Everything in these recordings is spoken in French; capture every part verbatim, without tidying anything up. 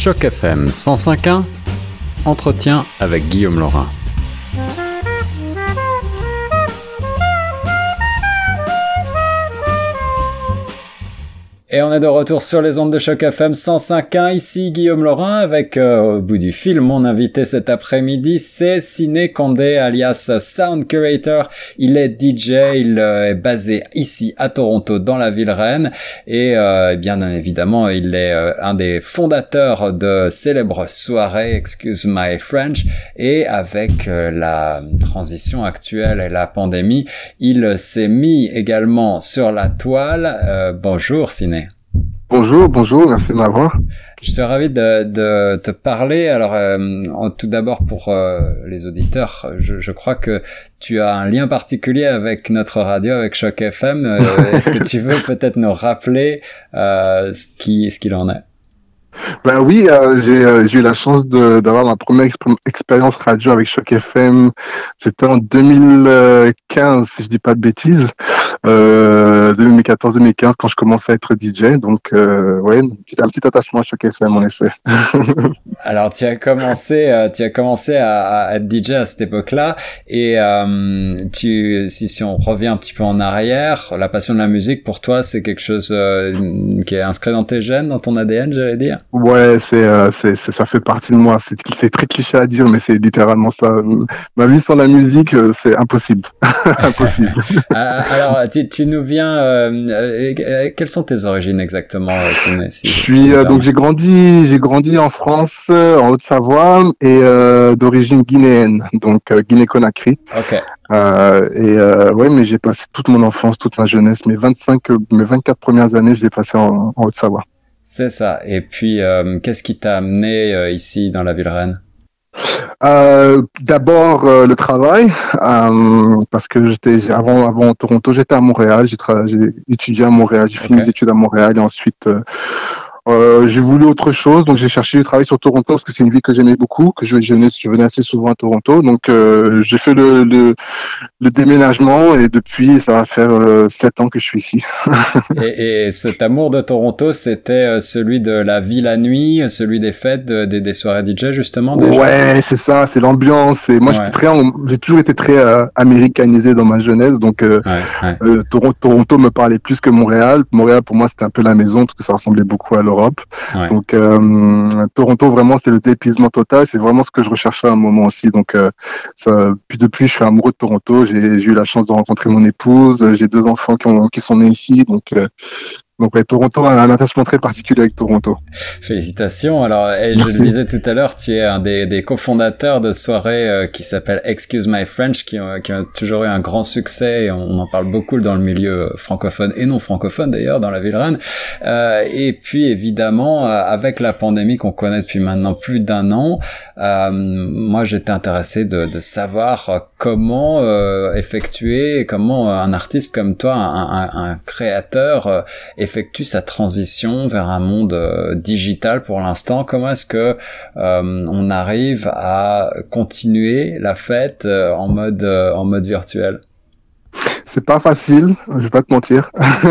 Choc F M cent cinq point un, entretien avec Guillaume Laurin. Et on est de retour sur les ondes de Choc F M cent cinq point un, ici Guillaume Laurin avec, euh, au bout du fil, mon invité cet après-midi, c'est Ciné Condé, alias Sound Curator. Il est D J, il euh, est basé ici à Toronto, dans la ville reine, et euh, bien évidemment, il est euh, un des fondateurs de célèbres soirées Excuse My French, et avec euh, la transition actuelle et la pandémie, il s'est mis également sur la toile. Euh, bonjour Ciné. Bonjour, bonjour, merci de m'avoir. Je suis ravi de, de te parler. Alors, euh, en, tout d'abord pour euh, les auditeurs, je, je crois que tu as un lien particulier avec notre radio, avec Choc F M. Euh, est-ce que tu veux peut-être nous rappeler euh, ce qui, ce qu'il en est? Ben oui, euh, j'ai, euh, j'ai eu la chance de, d'avoir ma première exp- expérience radio avec Choc F M. C'était en deux mille quinze, si je dis pas de bêtises. Euh, deux mille quatorze deux mille quinze, quand je commençais à être D J. Donc, euh, ouais, un petit, un petit attachement à Choc F M, en effet. Alors, tu as commencé, euh, tu as commencé à, à être D J à cette époque-là, et euh, tu, si, si on revient un petit peu en arrière, la passion de la musique pour toi, c'est quelque chose euh, qui est inscrit dans tes gènes, dans ton A D N, j'allais dire. Ouais, c'est, euh, c'est, c'est, ça fait partie de moi. C'est, c'est très cliché à dire, mais c'est littéralement ça. Ma vie sans la musique, c'est impossible. Impossible. Alors, tu, tu nous viens. Euh, euh, quelles sont tes origines exactement, Ciné, si, Je suis euh, donc j'ai grandi, j'ai grandi en France, euh, en Haute-Savoie, et euh, d'origine guinéenne, donc euh, Guinée-Conakry. Ok. Euh, et euh, ouais, mais j'ai passé toute mon enfance, toute ma jeunesse, mes vingt-cinq, mes vingt-quatre premières années, je les ai passées en, en Haute-Savoie. C'est ça. Et puis, euh, qu'est-ce qui t'a amené euh, ici dans la ville reine? Euh, d'abord euh, le travail, euh, parce que j'étais avant avant Toronto, j'étais à Montréal, j'ai, tra- j'ai étudié à Montréal, j'ai fini Okay. mes études à Montréal et ensuite euh, euh, j'ai voulu autre chose, donc j'ai cherché du travail sur Toronto parce que c'est une ville que j'aimais beaucoup, que je, je venais je venais assez souvent à Toronto, donc euh, j'ai fait le, le le déménagement et depuis ça va faire euh, sept ans que je suis ici. et, et cet amour de Toronto, c'était celui de la vie la nuit, celui des fêtes, de, des, des soirées D J justement déjà. Ouais, c'est ça, c'est l'ambiance. Et moi, Ouais. j'étais très, j'ai toujours été très euh, américanisé dans ma jeunesse, donc euh, Ouais, ouais. euh, Toronto, Toronto me parlait plus que Montréal. Montréal pour moi c'était un peu la maison parce que ça ressemblait beaucoup à l'Europe. Ouais. Donc euh, Toronto vraiment c'était le dépaysement total. C'est vraiment ce que je recherchais à un moment aussi. Donc euh, ça, puis depuis je suis amoureux de Toronto. J'ai, j'ai eu la chance de rencontrer mon épouse. J'ai deux enfants qui, ont, qui sont nés ici. Donc euh, Donc ouais, Toronto a un attachement très particulier avec Toronto. Félicitations. Alors, et je le disais tout à l'heure, tu es un des, des cofondateurs de soirées euh, qui s'appelle Excuse My French, qui ont, qui ont toujours eu un grand succès, et on en parle beaucoup dans le milieu francophone et non francophone d'ailleurs, dans la ville reine. Euh, et puis évidemment, euh, avec la pandémie qu'on connaît depuis maintenant plus d'un an, euh, moi j'étais intéressé de, de savoir comment euh, effectuer, comment un artiste comme toi, un, un, un créateur, euh, effectue sa transition vers un monde euh, digital pour l'instant. Comment est-ce que euh, on arrive à continuer la fête euh, en mode euh, en mode virtuel? C'est pas facile, je vais pas te mentir.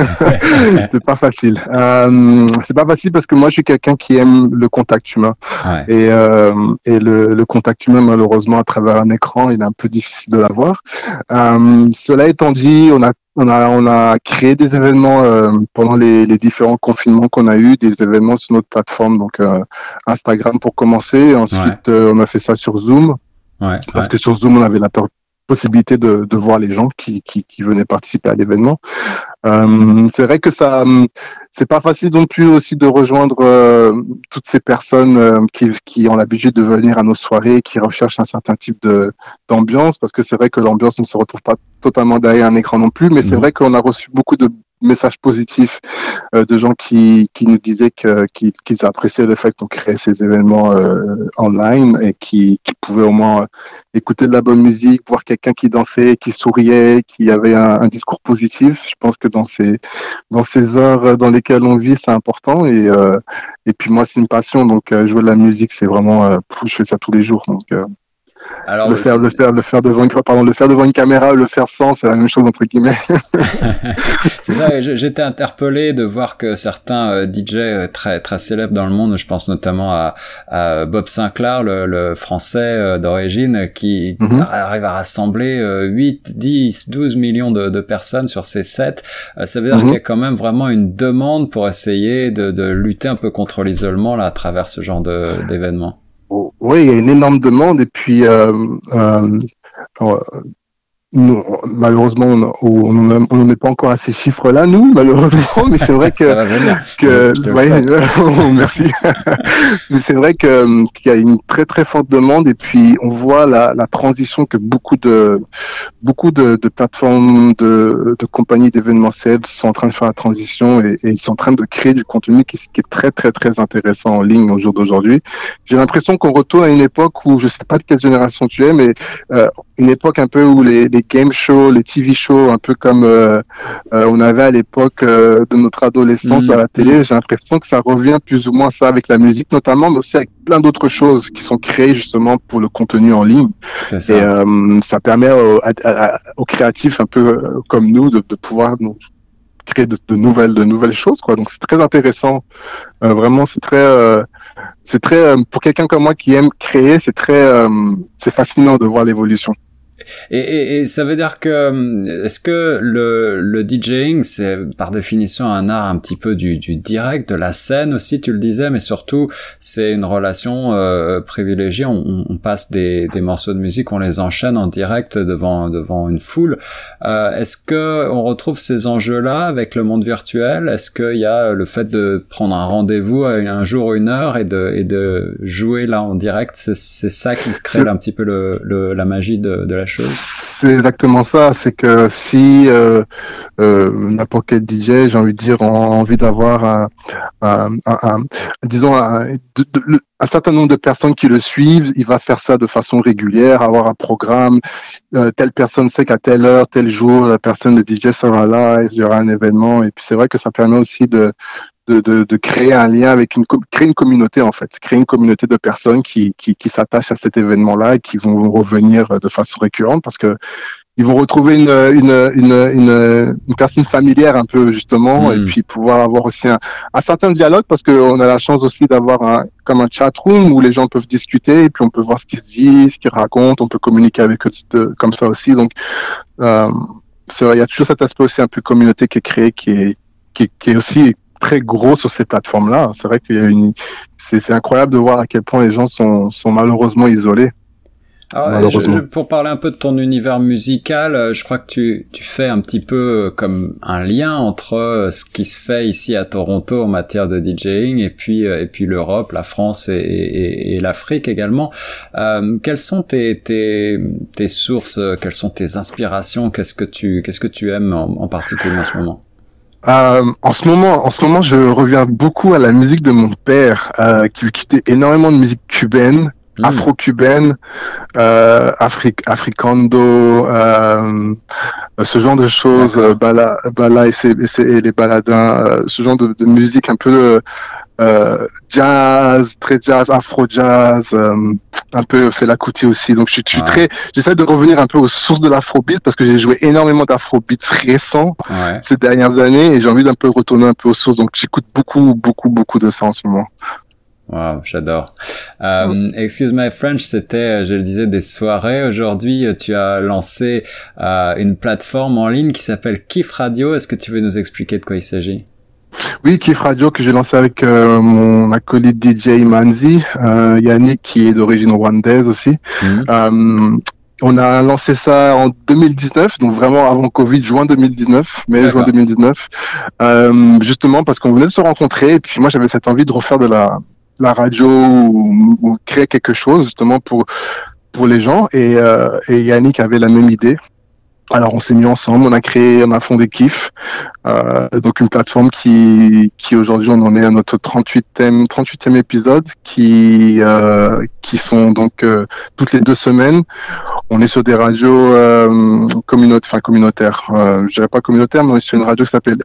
C'est pas facile. Euh, c'est pas facile parce que moi je suis quelqu'un qui aime le contact humain. Ouais. Et, euh, et le, le contact humain malheureusement à travers un écran, il est un peu difficile de l'avoir. Euh, cela étant dit, on a on a on a créé des événements euh, pendant les, les différents confinements qu'on a eu, des événements sur notre plateforme, donc euh, Instagram pour commencer. Ensuite, ouais. euh, on a fait ça sur Zoom. Ouais, parce ouais. que sur Zoom on avait la possibilité de, de voir les gens qui, qui, qui venaient participer à l'événement. Euh, c'est vrai que ça, c'est pas facile non plus aussi de rejoindre euh, toutes ces personnes euh, qui, qui ont l'habitude de venir à nos soirées, qui recherchent un certain type de d'ambiance, parce que c'est vrai que l'ambiance, on ne se retrouve pas totalement derrière un écran non plus, mais mmh. c'est vrai qu'on a reçu beaucoup de messages positifs euh, de gens qui qui nous disaient que qu'ils, qu'ils appréciaient le fait qu'on créait ces événements euh, online et qui qui pouvaient au moins euh, écouter de la bonne musique, voir quelqu'un qui dansait, qui souriait, qui avait un, un discours positif. Je pense que dans ces dans ces heures dans lesquelles on vit, c'est important et euh, et puis moi c'est une passion, donc euh, jouer de la musique c'est vraiment euh, je fais ça tous les jours, donc euh, Alors, le faire, le faire, le faire devant une, pardon, le faire devant une caméra, le faire sans, c'est la même chose entre guillemets. C'est ça. J'étais interpellé de voir que certains euh, D J très très célèbres dans le monde, je pense notamment à, à Bob Sinclair, le, le français euh, d'origine, qui mm-hmm. arrive à rassembler euh, huit, dix, douze millions de, de personnes sur ses sets. Euh, ça veut dire mm-hmm. qu'il y a quand même vraiment une demande pour essayer de, de lutter un peu contre l'isolement là à travers ce genre de, d'événements. Oui, il y a une énorme demande et puis euh, euh, euh, nous, malheureusement, on n'en est pas encore à ces chiffres-là, nous, malheureusement, mais c'est vrai que, que ouais, merci. Mais c'est vrai que qu'il y a une très très forte demande et puis on voit la, la transition que beaucoup de beaucoup de, de plateformes, de, de compagnies d'événementiel sont en train de faire la transition et, et ils sont en train de créer du contenu qui, qui est très très très intéressant en ligne au jour d'aujourd'hui. J'ai l'impression qu'on retourne à une époque où je sais pas de quelle génération tu es, mais euh, une époque un peu où les, les game shows, les T V shows, un peu comme euh, euh, on avait à l'époque euh, de notre adolescence mmh, à la télé. Mmh. J'ai l'impression que ça revient plus ou moins ça avec la musique notamment, mais aussi avec plein d'autres choses qui sont créées justement pour le contenu en ligne. C'est ça. Et euh, ça permet aux, à, à, aux créatifs un peu euh, comme nous de, de pouvoir nous créer de, de nouvelles, de nouvelles choses, quoi. Donc c'est très intéressant. Euh, vraiment, c'est très, euh, c'est très euh, pour quelqu'un comme moi qui aime créer, c'est très, euh, c'est fascinant de voir l'évolution. Et, et, et ça veut dire que est-ce que le, le DJing c'est par définition un art un petit peu du, du direct, de la scène aussi, tu le disais, mais surtout c'est une relation euh, privilégiée. On, on passe des, des morceaux de musique, on les enchaîne en direct devant devant une foule. Euh, est-ce que on retrouve ces enjeux-là avec le monde virtuel? Est-ce qu'il y a le fait de prendre un rendez-vous à un jour, une heure et de et de jouer là en direct, c'est, c'est ça qui crée là, un petit peu le, le la magie de, de la chose. C'est exactement ça, c'est que si euh, euh, n'importe quel D J, j'ai envie de dire, a envie d'avoir un, un, un, un disons un, de, de, un certain nombre de personnes qui le suivent, il va faire ça de façon régulière, avoir un programme, euh, telle personne sait qu'à telle heure, tel jour, la personne, le D J sera là, il y aura un événement, et puis c'est vrai que ça permet aussi de De, de, de créer un lien avec une, créer une communauté en fait, créer une communauté de personnes qui, qui, qui s'attachent à cet événement-là et qui vont revenir de façon récurrente parce que ils vont retrouver une, une, une, une, une personne familière un peu justement mmh. et puis pouvoir avoir aussi un, un certain dialogue parce qu'on a la chance aussi d'avoir un, comme un chat room où les gens peuvent discuter et puis on peut voir ce qu'ils se disent, ce qu'ils racontent, on peut communiquer avec eux de, comme ça aussi. Donc, euh, c'est vrai, il y a toujours cet aspect aussi un peu communauté qui est créé, qui est, qui, qui est aussi très gros sur ces plateformes-là. C'est vrai qu'il y a une, c'est, c'est incroyable de voir à quel point les gens sont, sont malheureusement isolés. Alors, malheureusement. Je, pour parler un peu de ton univers musical, je crois que tu, tu fais un petit peu comme un lien entre ce qui se fait ici à Toronto en matière de DJing et puis, et puis l'Europe, la France et, et, et l'Afrique également. Euh, quelles sont tes, tes, tes sources? Quelles sont tes inspirations? Qu'est-ce que tu, qu'est-ce que tu aimes en, en particulier en ce moment? Euh, en ce moment, en ce moment, je reviens beaucoup à la musique de mon père, euh, qui quittait énormément de musique cubaine, mmh. afro-cubaine, euh, Afri- africando, euh, ce genre de choses, euh, bala, bala et, ses, et, ses, et les baladins, euh, ce genre de, de musique un peu euh, jazz, très jazz, afro-jazz, euh, un peu Fela Kuti aussi. Donc je, je suis ouais. très, j'essaie de revenir un peu aux sources de l'afrobeat parce que j'ai joué énormément d'afrobeats récents ouais. ces dernières années et j'ai envie d'un peu retourner un peu aux sources. Donc j'écoute beaucoup, beaucoup, beaucoup de ça en ce moment. Wow, j'adore. Euh, Excuse My French, c'était, je le disais, des soirées. Aujourd'hui, tu as lancé euh, une plateforme en ligne qui s'appelle Kiff Radio. Est-ce que tu veux nous expliquer de quoi il s'agit? Oui, Kiff Radio que j'ai lancé avec euh, mon acolyte D J Manzi, euh, Yannick qui est d'origine rwandaise aussi. Mmh. Euh, on a lancé ça en deux mille dix-neuf, donc vraiment avant Covid, juin deux mille dix-neuf, mai, D'accord. juin deux mille dix-neuf, euh, justement parce qu'on venait de se rencontrer et puis moi j'avais cette envie de refaire de la, la radio ou, ou créer quelque chose justement pour pour les gens et, euh, et Yannick avait la même idée. Alors on s'est mis ensemble, on a créé, on a fondé Kiff, euh, donc une plateforme qui, qui aujourd'hui on en est à notre trente-huitième, trente-huitième épisode, qui, euh, qui sont donc euh, toutes les deux semaines. On est sur des radios euh, communautaires, enfin communautaires. Euh, je dirais pas communautaires, mais on est sur une radio qui s'appelle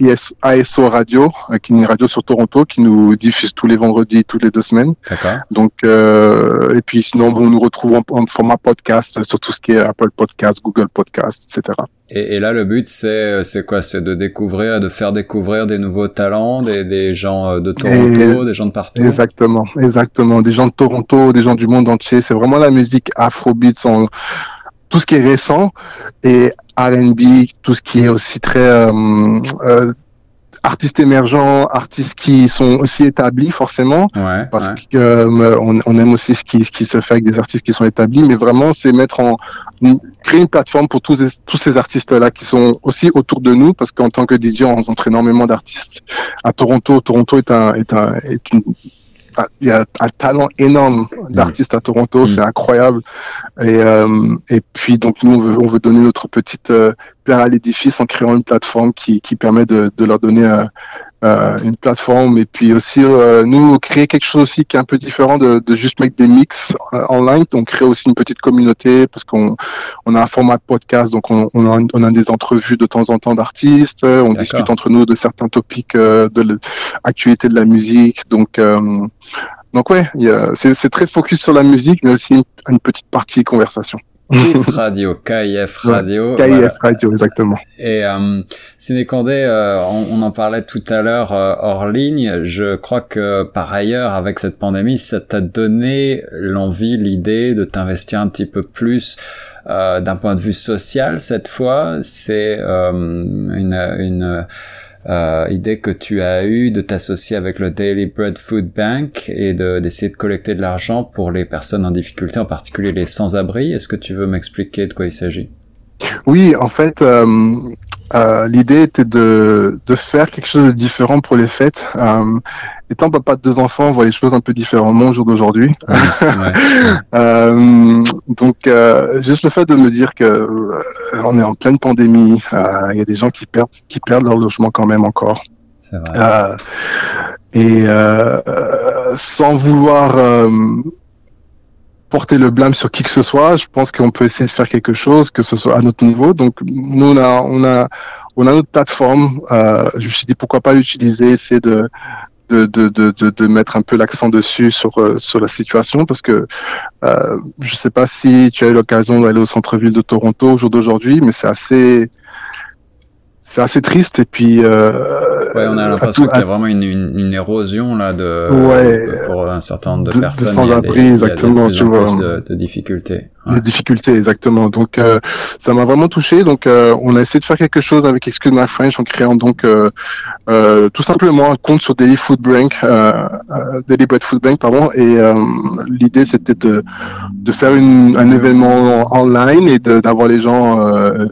A S O Radio, euh, qui est une radio sur Toronto, qui nous diffuse tous les vendredis, toutes les deux semaines. D'accord. Donc, euh, et puis sinon, on nous retrouve en, en format podcast sur tout ce qui est Apple Podcast, Google Podcast, et cetera. Et, et là, le but, c'est, c'est quoi? C'est de découvrir, de faire découvrir des nouveaux talents, des, des gens de Toronto, et des gens de partout. Exactement, exactement. Des gens de Toronto, des gens du monde entier. C'est vraiment la musique Afrobeats, en, tout ce qui est récent, et R and B, tout ce qui est aussi très euh, euh, artistes émergents, artistes qui sont aussi établis forcément, ouais, parce ouais. que euh, on, on aime aussi ce qui, ce qui se fait avec des artistes qui sont établis, mais vraiment c'est mettre en créer une plateforme pour tous, tous ces artistes-là qui sont aussi autour de nous, parce qu'en tant que D J, on rencontre énormément d'artistes à Toronto. Toronto est un est un est une il y a un talent énorme d'artistes à Toronto, mmh. c'est incroyable. Et, euh, et puis, donc, nous, on veut, on veut donner notre petite euh, pierre à l'édifice en créant une plateforme qui, qui permet de, de leur donner euh, euh, une plateforme. Et puis aussi, euh, nous, créer quelque chose aussi qui est un peu différent de, de juste mettre des mix euh, online. On crée aussi une petite communauté parce qu'on on a un format de podcast, donc on, on, a, on a des entrevues de temps en temps d'artistes. On D'accord. discute entre nous de certains topics euh, de l'actualité de la musique. Donc, euh, Donc ouais, il y a, c'est, c'est très focus sur la musique, mais aussi une, une petite partie conversation. K I F Radio, K I F Radio. Ouais, K I F voilà. Radio, exactement. Et euh, Ciné Condé, euh, on, on en parlait tout à l'heure euh, hors ligne. Je crois que par ailleurs, avec cette pandémie, ça t'a donné l'envie, l'idée de t'investir un petit peu plus euh, d'un point de vue social cette fois. C'est euh, une... une Euh, idée que tu as eue de t'associer avec le Daily Bread Food Bank et de, d'essayer de collecter de l'argent pour les personnes en difficulté, en particulier les sans-abri. Est-ce que tu veux m'expliquer de quoi il s'agit? Oui, en fait, euh, euh, l'idée était de, de faire quelque chose de différent pour les fêtes. Euh, étant papa de deux enfants, on voit les choses un peu différemment au jour d'aujourd'hui. Ouais, ouais. euh, donc, euh, juste le fait de me dire que euh, on est en pleine pandémie, il euh, y a des gens qui perdent, qui perdent leur logement quand même encore. C'est vrai. Euh, et euh, sans vouloir euh, porter le blâme sur qui que ce soit, je pense qu'on peut essayer de faire quelque chose, que ce soit à notre niveau. Donc, nous, on a, on a, on a notre plateforme. Euh, je me suis dit pourquoi pas l'utiliser, essayer de De, de, de, de, de mettre un peu l'accent dessus sur, sur la situation, parce que euh, je sais pas si tu as eu l'occasion d'aller au centre-ville de Toronto au jour d'aujourd'hui, mais c'est assez, c'est assez triste. Et puis, euh, ouais, on a l'impression tout, qu'il y a vraiment une, une, une érosion là de, ouais, de pour un certain nombre de, de personnes. De sans-abri, exactement. Il y a de, plus de, de difficultés. Ouais. Des difficultés, exactement. Donc, euh, ça m'a vraiment touché. Donc, euh, on a essayé de faire quelque chose avec Excuse My French en créant donc euh, euh, tout simplement un compte sur Daily Food Bank, euh, euh, Daily Bread Food Bank, pardon. Et euh, l'idée, c'était de de faire une, un événement online et de, d'avoir les gens euh,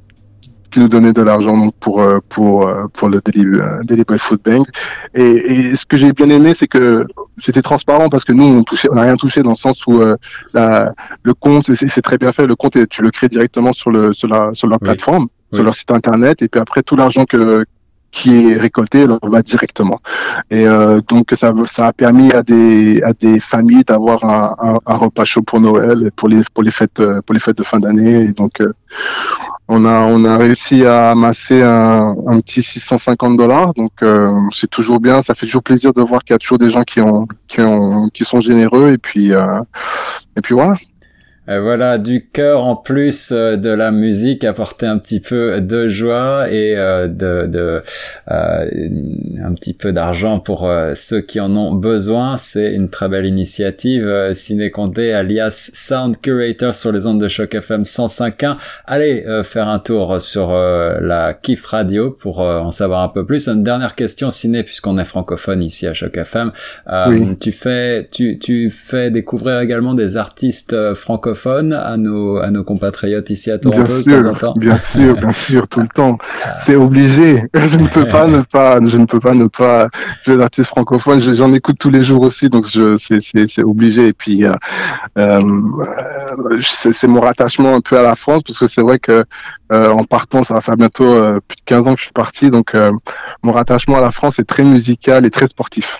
qui nous donnaient de l'argent donc pour pour pour le Daily, Daily Bread Food Bank. Et, et ce que j'ai bien aimé, c'est que c'était transparent, parce que nous on touchait, on n'a rien touché, dans le sens où euh, la, le compte c'est, c'est très bien fait. Le compte, tu le crées directement sur le sur la sur leur oui. plateforme, oui. sur leur site internet, et puis après tout l'argent que qui est récolté on va directement. Et euh, donc ça ça a permis à des à des familles d'avoir un, un, un repas chaud pour Noël et pour les pour les fêtes pour les fêtes de fin d'année. Et donc euh, on a on a réussi à amasser un, un petit six cent cinquante dollars. Donc euh, c'est toujours bien, ça fait toujours plaisir de voir qu'il y a toujours des gens qui ont qui ont qui sont généreux. Et puis euh, et puis voilà. Euh, voilà, du cœur en plus euh, de la musique, apporter un petit peu de joie et euh, de, de euh, un petit peu d'argent pour euh, ceux qui en ont besoin. C'est une très belle initiative. Euh, Ciné Condé, alias Sound Curator, sur les ondes de Choc F M cent cinq point un. Allez euh, faire un tour sur euh, la K I F Radio pour euh, en savoir un peu plus. Une dernière question, Ciné, puisqu'on est francophone ici à Choc F M. Euh, oui. Tu fais, tu, tu fais découvrir également des artistes euh, francophones à nos à nos compatriotes ici à Toronto. Bien sûr, de temps en temps. bien sûr, bien sûr, tout le temps. C'est obligé. Je ne peux pas ne pas, je ne peux pas ne pas jouer d'artistes francophones. J'en écoute tous les jours aussi, donc je c'est c'est c'est obligé. Et puis euh, euh, c'est, c'est mon rattachement un peu à la France, parce que c'est vrai que Euh, en partant, ça va faire bientôt euh, plus de quinze ans que je suis parti, donc euh, mon rattachement à la France est très musical et très sportif.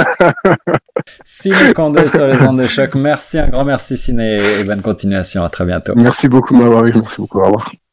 Ciné Condé sur les ondes de choc. Merci, un grand merci Ciné et bonne continuation. À très bientôt. Merci beaucoup de m'avoir eu. Merci beaucoup. Au revoir.